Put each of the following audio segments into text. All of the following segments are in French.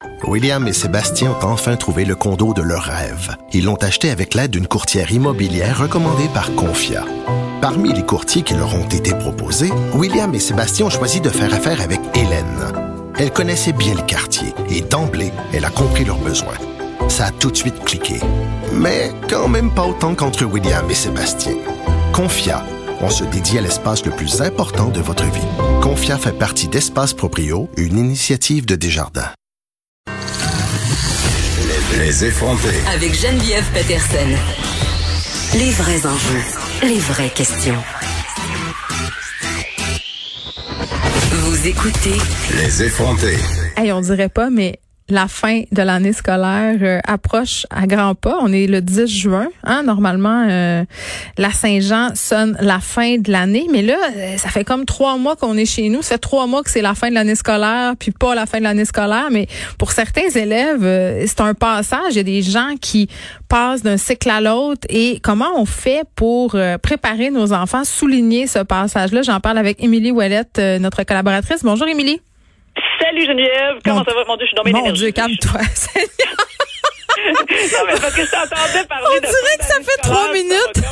William et Sébastien ont enfin trouvé le condo de leur rêve. Ils l'ont acheté avec l'aide d'une courtière immobilière recommandée par Confia. Parmi les courtiers qui leur ont été proposés, William et Sébastien ont choisi de faire affaire avec Hélène. Elle connaissait bien le quartier et d'emblée, elle a compris leurs besoins. Ça a tout de suite cliqué. Mais quand même pas autant qu'entre William et Sébastien. Confia, on se dédie à l'espace le plus important de votre vie. Confia fait partie d'Espace Proprio, une initiative de Desjardins. Les effrontés. Avec Geneviève Peterson. Les vrais enjeux, les vraies questions. Vous écoutez Les effrontés. Hey, on dirait pas, mais la fin de l'année scolaire approche à grands pas. On est le 10 juin. Normalement, la Saint-Jean sonne la fin de l'année. Mais là, ça fait comme 3 mois qu'on est chez nous. Ça fait 3 mois que c'est la fin de l'année scolaire, puis pas la fin de l'année scolaire. Mais pour certains élèves, c'est un passage. Il y a des gens qui passent d'un cycle à l'autre. Et comment on fait pour préparer nos enfants, souligner ce passage-là? J'en parle avec Émilie Ouellette, notre collaboratrice. Bonjour, Émilie. Salut Geneviève, comment ça va? Mon Dieu, je suis tombée d'énergie. Mon Dieu, calme-toi. Non, mais parce que je t'entendais parler on dirait que ça fait 3 minutes.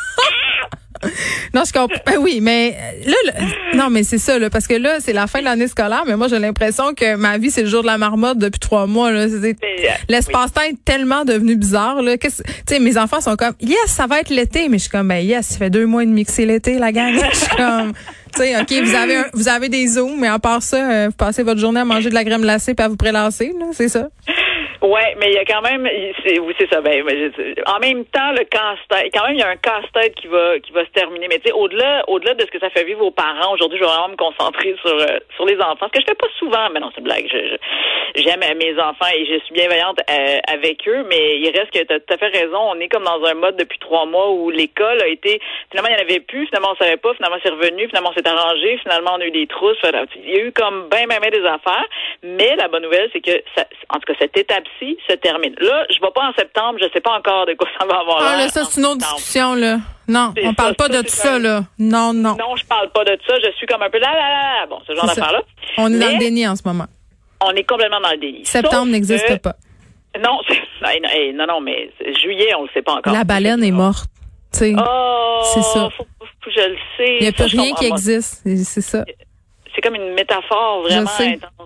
Non, je comprends. Ben oui, mais là, non, mais c'est ça, là, parce que là, c'est la fin de l'année scolaire, mais moi, j'ai l'impression que ma vie, c'est le jour de la marmotte depuis 3 mois, là. L'espace-temps est tellement devenu bizarre, là. Tu sais, mes enfants sont comme, yes, ça va être l'été, mais je suis comme, ben, yes, ça fait 2 mois et demi que c'est l'été, la gang. Je suis comme, tu sais, OK, vous avez des zooms, mais à part ça, vous passez votre journée à manger de la crème glacée puis à vous prélasser, là, c'est ça? Ouais, mais il y a quand même, c'est ça. Ben, en même temps, le casse-tête, quand même, il y a un casse-tête qui va se terminer. Mais tu sais, au-delà de ce que ça fait vivre aux parents, aujourd'hui, je vais vraiment me concentrer sur les enfants. Ce que je fais pas souvent, mais non, c'est une blague. J'aime mes enfants et je suis bienveillante avec eux, mais il reste que t'as tout à fait raison. On est comme dans un mode depuis 3 mois où l'école a été, finalement, il n'y en avait plus, finalement, on savait pas, finalement, c'est revenu, finalement, on s'est arrangé, finalement, on a eu des trousses. Il y a eu comme ben des affaires. Mais la bonne nouvelle, c'est que ça, en tout cas, cette étape-ci se termine. Là, je vais pas en septembre, je sais pas encore de quoi ça va avoir l'air. Là, ça, c'est une autre discussion, là. Non, on parle pas de tout ça, là. Non. Non, je parle pas de ça. Je suis comme un peu là. Bon, ce genre d'affaire-là. On est dans le déni en ce moment. On est complètement dans le déni. Septembre n'existe pas. Non, mais juillet, on le sait pas encore. La baleine est morte. Tu sais. C'est ça. Faut je le sais. Il n'y a plus rien qui existe. C'est ça. C'est comme une métaphore vraiment intense.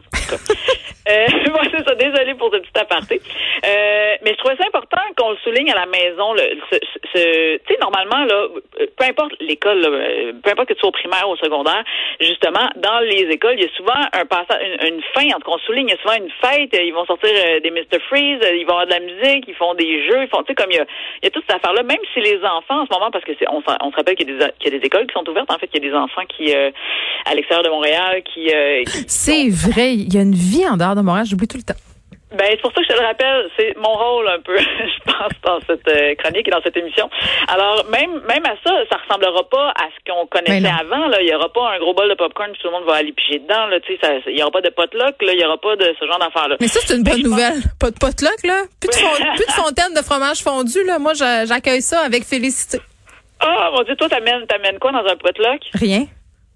Moi, c'est ça. Désolée pour ce petit aparté. Mais je trouvais ça important qu'on le souligne à la maison. Tu sais, normalement, là, peu importe l'école, là, peu importe que tu sois au primaire ou au secondaire, justement, dans les écoles, il y a souvent un passage, une fin. En tout cas, on souligne, il y a souvent une fête. Ils vont sortir des Mr. Freeze, ils vont avoir de la musique, ils font des jeux, ils font, tu sais, comme il y a toute cette affaire-là. Même si les enfants, en ce moment, parce que on se rappelle qu'il y a des écoles qui sont ouvertes. En fait, il y a des enfants qui, à l'extérieur de Montréal, qui c'est vrai, il y a une vie en dehors de Montréal, j'oublie tout le temps. Ben, c'est pour ça que je te le rappelle, c'est mon rôle un peu, je pense, dans cette chronique et dans cette émission. Alors, même à ça ressemblera pas à ce qu'on connaissait avant, là. Il y aura pas un gros bol de popcorn puis tout le monde va aller piger dedans, là. Tu sais, il y aura pas de potluck, là. Il y aura pas de ce genre d'affaires-là. Mais ça, c'est une bonne nouvelle. Pas de potluck, là. Plus de fontaine de fromage fondu, là. Moi, j'accueille ça avec félicité. Ah, mon Dieu, toi, t'amènes quoi dans un potluck? Rien.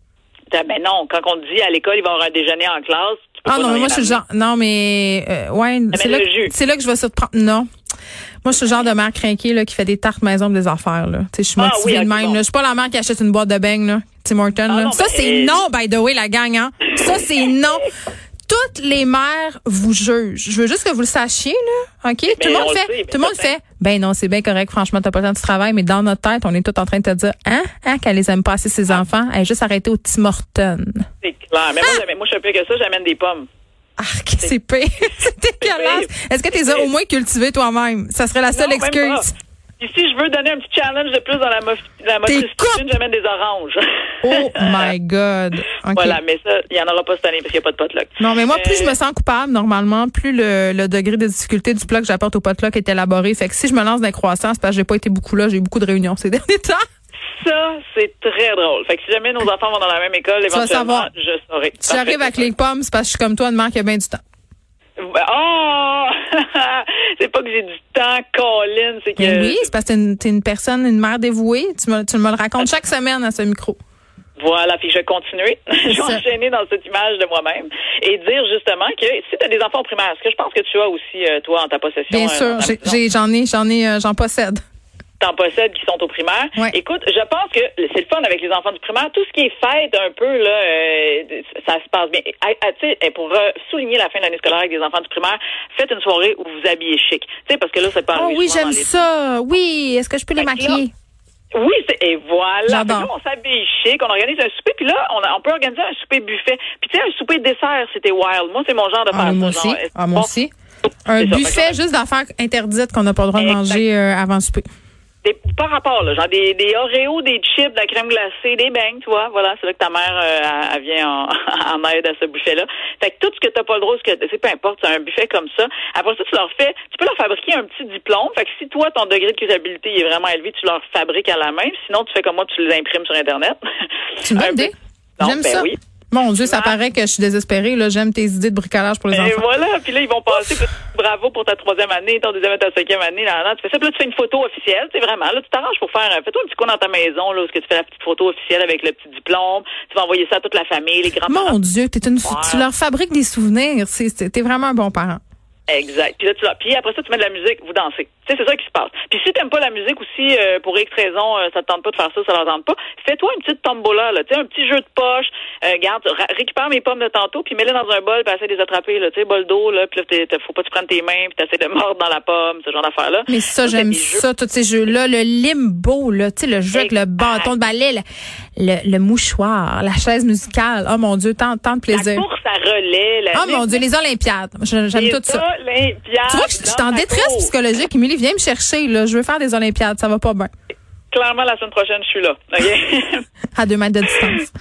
Ben non, quand on te dit à l'école, il va y avoir un déjeuner en classe, tu peux pas non, mais moi, je suis le genre, non, mais, ouais, c'est là que je vais surprendre, non. Moi, je suis le genre de mère crinquée, là, qui fait des tartes maison pour des affaires, là. Tu sais, je suis motivée de même, là. Je suis pas la mère qui achète une boîte de beignes, là. Tim Hortons, là. Non, ça, c'est non, by the way, la gang, hein. Ça, c'est non. Toutes les mères vous jugent. Je veux juste que vous le sachiez, là. OK? Tout le monde fait. Ben non, c'est bien correct. Franchement, t'as pas le temps du travail, mais dans notre tête, on est tous en train de te dire, qu'elle les aime pas assez, ses enfants. Elle est juste arrêtée au Tim Hortons. C'est clair. Mais moi, je fais plus que ça, j'amène des pommes. C'est pire. C'est dégueulasse. Est-ce que tu les as au moins cultivées toi-même? Ça serait la seule excuse. Ici, je veux donner un petit challenge de plus dans la motricité, j'amène des oranges. Oh my God. Okay. Voilà, mais ça, il n'y en aura pas cette année parce qu'il n'y a pas de potluck. Non, mais moi, plus je me sens coupable, normalement, plus le degré de difficulté du plat que j'apporte au potluck est élaboré. Fait que si je me lance dans la croissance, parce que j'ai pas été beaucoup là, j'ai eu beaucoup de réunions ces derniers temps. Ça, c'est très drôle. Fait que si jamais nos enfants vont dans la même école, éventuellement, je saurai. Si j'arrive avec les pommes, c'est parce que je suis comme toi, une mère qui a bien du temps. Oh! C'est pas que j'ai du temps, Colin, c'est que... Oui, c'est parce que t'es une personne, une mère dévouée. Tu me le racontes chaque semaine à ce micro. Voilà, puis je vais continuer. Je vais enchaîner dans cette image de moi-même et dire justement que si tu as des enfants au primaire, ce que je pense que tu as aussi, toi, en ta possession. Bien sûr, j'en possède. T'en possèdes qui sont au primaire. Ouais. Écoute, je pense que c'est le fun avec les enfants du primaire. Tout ce qui est fête un peu, là, ça se passe bien. Tu sais, pour souligner la fin de l'année scolaire avec des enfants du primaire, faites une soirée où vous habillez chic. Tu sais, parce que là, c'est pas Oh oui, j'aime ça. Oui, est-ce que je peux les maquiller? Oui, et voilà. J'adore. Là, on s'habille chic, on organise un souper, puis là, on peut organiser un souper buffet. Puis tu sais, un souper dessert, c'était wild. Moi, c'est mon genre de faire moi ça. aussi. Moi aussi. Un buffet juste d'affaires interdites qu'on n'a pas le droit de manger avant le souper. Par rapport, là, genre des Oreos, des chips, de la crème glacée, des beignes, tu vois, voilà, c'est là que ta mère elle vient en aide à ce buffet-là. Fait que tout ce que t'as pas le droit, peu importe, c'est un buffet comme ça. Après ça, tu peux leur fabriquer un petit diplôme. Fait que si toi, ton degré de culpabilité est vraiment élevé, tu leur fabriques à la main. Sinon, tu fais comme moi, tu les imprimes sur Internet. C'est une bonne idée. J'aime ça. Oui. Mon Dieu, ça paraît que je suis désespérée. Là, j'aime tes idées de bricolage pour les enfants. Et voilà, puis là, ils vont passer. Bravo pour ta 3e année, ton 2e et ta 5e année. Là, tu fais ça, puis là, tu fais une photo officielle. Tu sais, vraiment, là, tu t'arranges pour faire. Fais-toi un petit coin dans ta maison, là, où tu fais la petite photo officielle avec le petit diplôme. Tu vas envoyer ça à toute la famille, les grands-parents. Mon Dieu, tu leur fabriques des souvenirs. T'es vraiment un bon parent. Exact. Puis après ça, tu mets de la musique, vous dansez. Tu sais, c'est ça qui se passe. Puis si t'aimes pas la musique aussi, pour X raison, ça te tente pas de faire ça, ça leur tente pas, fais-toi une petite tombola, là, tu sais, un petit jeu de poche. Garde, récupère mes pommes de tantôt, puis mets-les dans un bol, puis essaie de les attraper, là, tu sais, bol d'eau, là, puis là, faut pas que tu prennes tes mains, puis t'essaies de mordre dans la pomme, ce genre d'affaires-là. Mais ça, j'aime ça, tous ces jeux-là, le limbo, là, tu sais, le jeu avec le bâton de balai, le mouchoir, la chaise musicale. Oh mon Dieu, tant de plaisir. La course à relais. Oh mon Dieu, les Olympiades. J'aime tout ça. Olympiades. Tu vois que je suis en détresse psychologique. Émilie, viens me chercher, là. Je veux faire des Olympiades. Ça va pas bien. Clairement, la semaine prochaine, je suis là. OK? À 2 mètres de distance.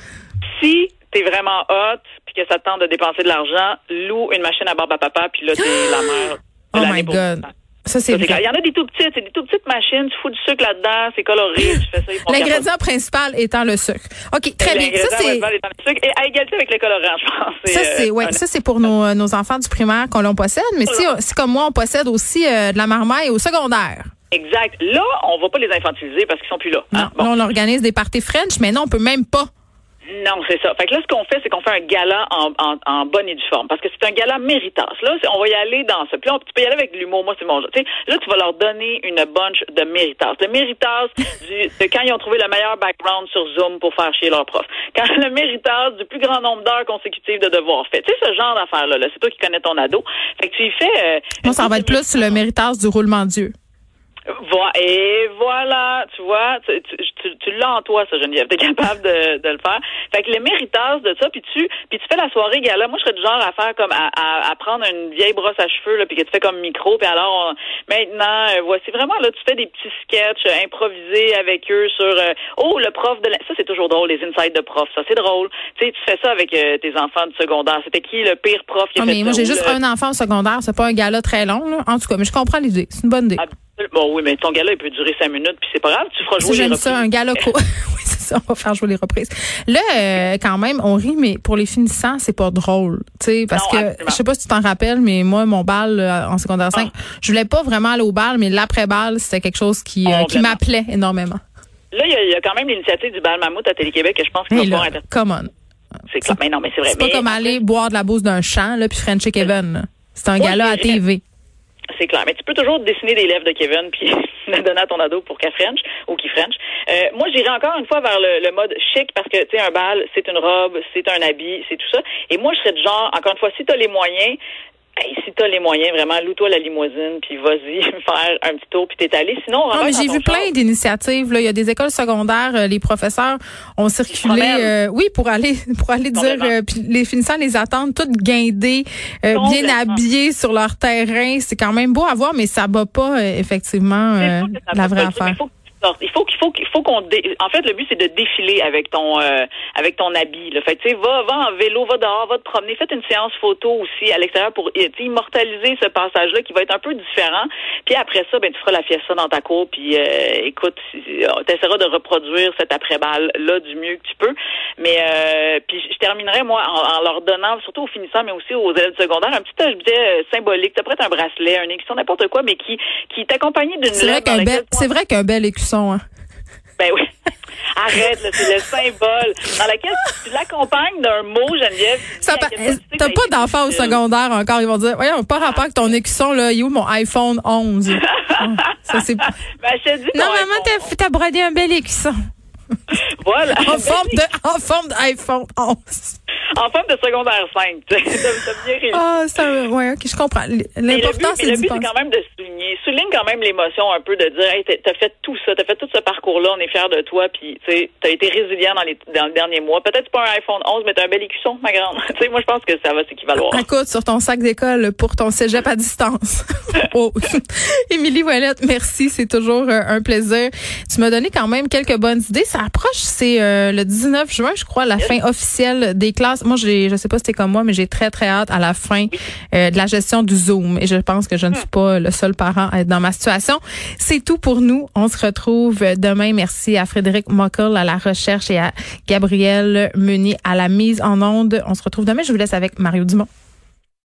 Si t'es vraiment hot puis que ça te tente de dépenser de l'argent, loue une machine à barbe à papa puis là, t'es la mère de Oh l'année my God. Ça, c'est vrai. Il y en a des tout petites. C'est des tout petites machines. Tu fous du sucre là-dedans. C'est coloré. Tu fais ça. L'ingrédient principal étant le sucre. OK, très bien. Ça, c'est... Et à égalité avec le colorant, je pense. Ça, c'est pour nos enfants du primaire qu'on l'on possède. Mais si comme moi, on possède aussi de la marmaille au secondaire. Exact. Là, on va pas les infantiliser parce qu'ils sont plus là. Non, hein? Bon. Là, on organise des parties French, mais non, on peut même pas. Non, c'est ça. Fait que là, ce qu'on fait, c'est qu'on fait un gala en bonne et due forme. Parce que c'est un gala méritas. Là, on va y aller dans ce. Puis là, tu peux y aller avec de l'humour. Moi, c'est mon jeu. Tu sais, là, tu vas leur donner une bunch de méritas. Le méritas de quand ils ont trouvé le meilleur background sur Zoom pour faire chier leur prof. Quand le méritas du plus grand nombre d'heures consécutives de devoirs faits. Tu sais, ce genre d'affaires-là. Là, c'est toi qui connais ton ado. Fait que tu y fais... Moi, ça va être plus le méritas du roulement d'yeux. Et voilà, tu vois, tu l'as en toi, ça, Geneviève. T'es capable de le faire. Fait que le méritas de ça, puis tu fais la soirée gala. Moi, je serais du genre à faire comme à prendre une vieille brosse à cheveux là, puis que tu fais comme micro. Puis alors, maintenant, voici vraiment là, tu fais des petits sketchs improvisés avec eux sur le prof de ça, c'est toujours drôle, les insides de prof. Ça, c'est drôle. Tu sais, tu fais ça avec tes enfants du secondaire. C'était qui le pire prof qui a fait mais moi, j'ai juste un enfant au secondaire. C'est pas un gala très long, là. En tout cas, mais je comprends l'idée. C'est une bonne idée. Bon, oui, mais ton gala, il peut durer 5 minutes, puis c'est pas grave, tu feras jouer les reprises. J'aime ça, un gala oui, c'est ça, on va faire jouer les reprises. Là, quand même, on rit, mais pour les finissants, c'est pas drôle, tu sais, parce que, je sais pas si tu t'en rappelles, mais moi, mon bal en secondaire 5, je voulais pas vraiment aller au bal, mais l'après-bal, c'était quelque chose qui m'appelait énormément. Là, il y a quand même l'initiative du bal Mammouth à Télé-Québec que je pense qu'il va pas come on. C'est clair, mais non, mais c'est vrai. C'est pas comme aller boire de la bouse d'un champ, là, puis Frencher Kevin, là. C'est un gala à TV. C'est clair. Mais tu peux toujours dessiner des lèvres de Kevin puis le donner à ton ado pour qu'il French ou qu'il French. Moi, j'irai encore une fois vers le mode chic parce que, tu sais, un bal, c'est une robe, c'est un habit, c'est tout ça. Et moi, je serais du genre, encore une fois, si t'as les moyens, si t'as les moyens, vraiment, loue-toi la limousine, puis vas-y faire un petit tour, puis t'es allé. Sinon, non, mais j'ai vu plein d'initiatives. Là, il y a des écoles secondaires, les professeurs ont circulé, pour aller dire, puis les finissants les attendent toutes guindées, bien habillés sur leur terrain. C'est quand même beau à voir, mais ça bat pas effectivement la vraie affaire. Il faut qu'on en fait le but c'est de défiler avec ton habit là. Fait que tu sais va en vélo, va dehors, va te promener, faites une séance photo aussi à l'extérieur pour immortaliser ce passage là qui va être un peu différent. Puis après ça tu feras la fiesta dans ta cour puis écoute, t'essaieras de reproduire cet après-balle là du mieux que tu peux. Mais puis je terminerai moi en leur donnant surtout aux finissants mais aussi aux élèves secondaires un petit objet symbolique, t'as peut-être un bracelet, un écusson, n'importe quoi mais qui t'accompagne d'une lettre. C'est vrai qu'un bel écusson, hein. Ben oui. Arrête, là, c'est le symbole dans lequel tu l'accompagnes d'un mot, Geneviève. T'as pas d'enfants au secondaire encore. Ils vont dire, voyons, pas rapport avec ton écusson, là. Il est où mon iPhone 11? Ça, c'est... Ben, je te dis non, maman, t'as brodé un bel écusson. Voilà. En forme d'iPhone 11. En forme de secondaire 5. T'as bien réussi. Ah, ouais, ok, je comprends. L'important, c'est le but, c'est quand même de souligner. Souligne quand même l'émotion un peu de dire, hey, t'as fait tout ça, t'as fait tout ce parcours-là, on est fiers de toi, puis tu sais, t'as été résilient dans le dernier mois. Peut-être pas un iPhone 11, mais t'as un bel écusson, ma grande. Tu sais, moi, je pense que ça va s'équivaloir. Écoute, sur ton sac d'école pour ton cégep à distance. Oh. Émilie Ouellette, merci, c'est toujours un plaisir. Tu m'as donné quand même quelques bonnes idées. Ça approche, c'est le 19 juin, je crois, la fin officielle des classes. Moi, je sais pas si c'était comme moi, mais j'ai très, très hâte à la fin de la gestion du Zoom. Et je pense que je ne suis pas le seul parent à être dans ma situation. C'est tout pour nous. On se retrouve demain. Merci à Frédéric Mockel à la recherche et à Gabrielle Meunier à la mise en onde. On se retrouve demain. Je vous laisse avec Mario Dumont.